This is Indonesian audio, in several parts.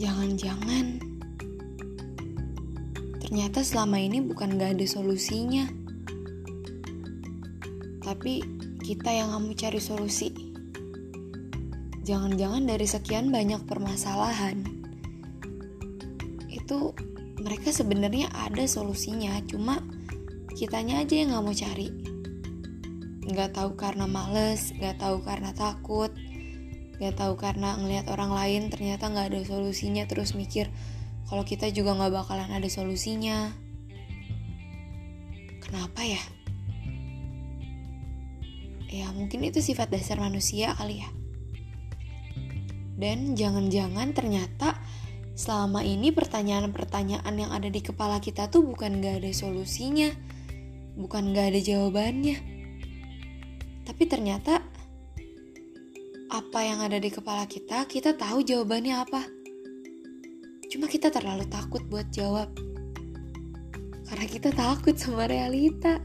Jangan-jangan ternyata selama ini bukan gak ada solusinya, tapi kita yang gak mau cari solusi. Jangan-jangan dari sekian banyak permasalahan itu mereka sebenarnya ada solusinya, cuma kitanya aja yang gak mau cari. Gak tahu karena males, gak tahu karena takut, gak tahu karena ngelihat orang lain ternyata gak ada solusinya, terus mikir kalau kita juga gak bakalan ada solusinya. Kenapa ya? Ya mungkin itu sifat dasar manusia kali ya. Dan jangan-jangan ternyata selama ini pertanyaan-pertanyaan yang ada di kepala kita tuh bukan gak ada solusinya, bukan gak ada jawabannya, tapi ternyata apa yang ada di kepala kita tahu jawabannya apa. Cuma kita terlalu takut buat jawab, karena kita takut sama realita.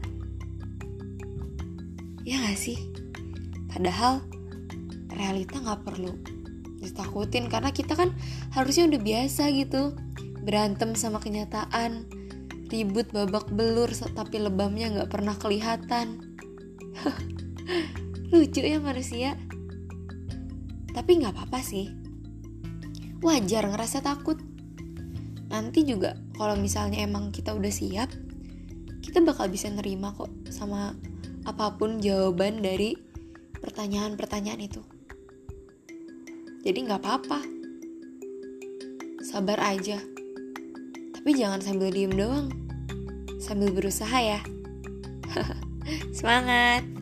Ya gak sih? Padahal realita gak perlu ditakutin, karena kita kan harusnya udah biasa gitu berantem sama kenyataan, ribut babak belur tapi lebamnya gak pernah kelihatan. Lucu ya manusia. Tapi gak apa-apa sih, wajar ngerasa takut. Nanti juga kalau misalnya emang kita udah siap, kita bakal bisa nerima kok sama apapun jawaban dari pertanyaan-pertanyaan itu. Jadi gak apa-apa, sabar aja. Tapi jangan sambil diem doang, sambil berusaha ya. Semangat!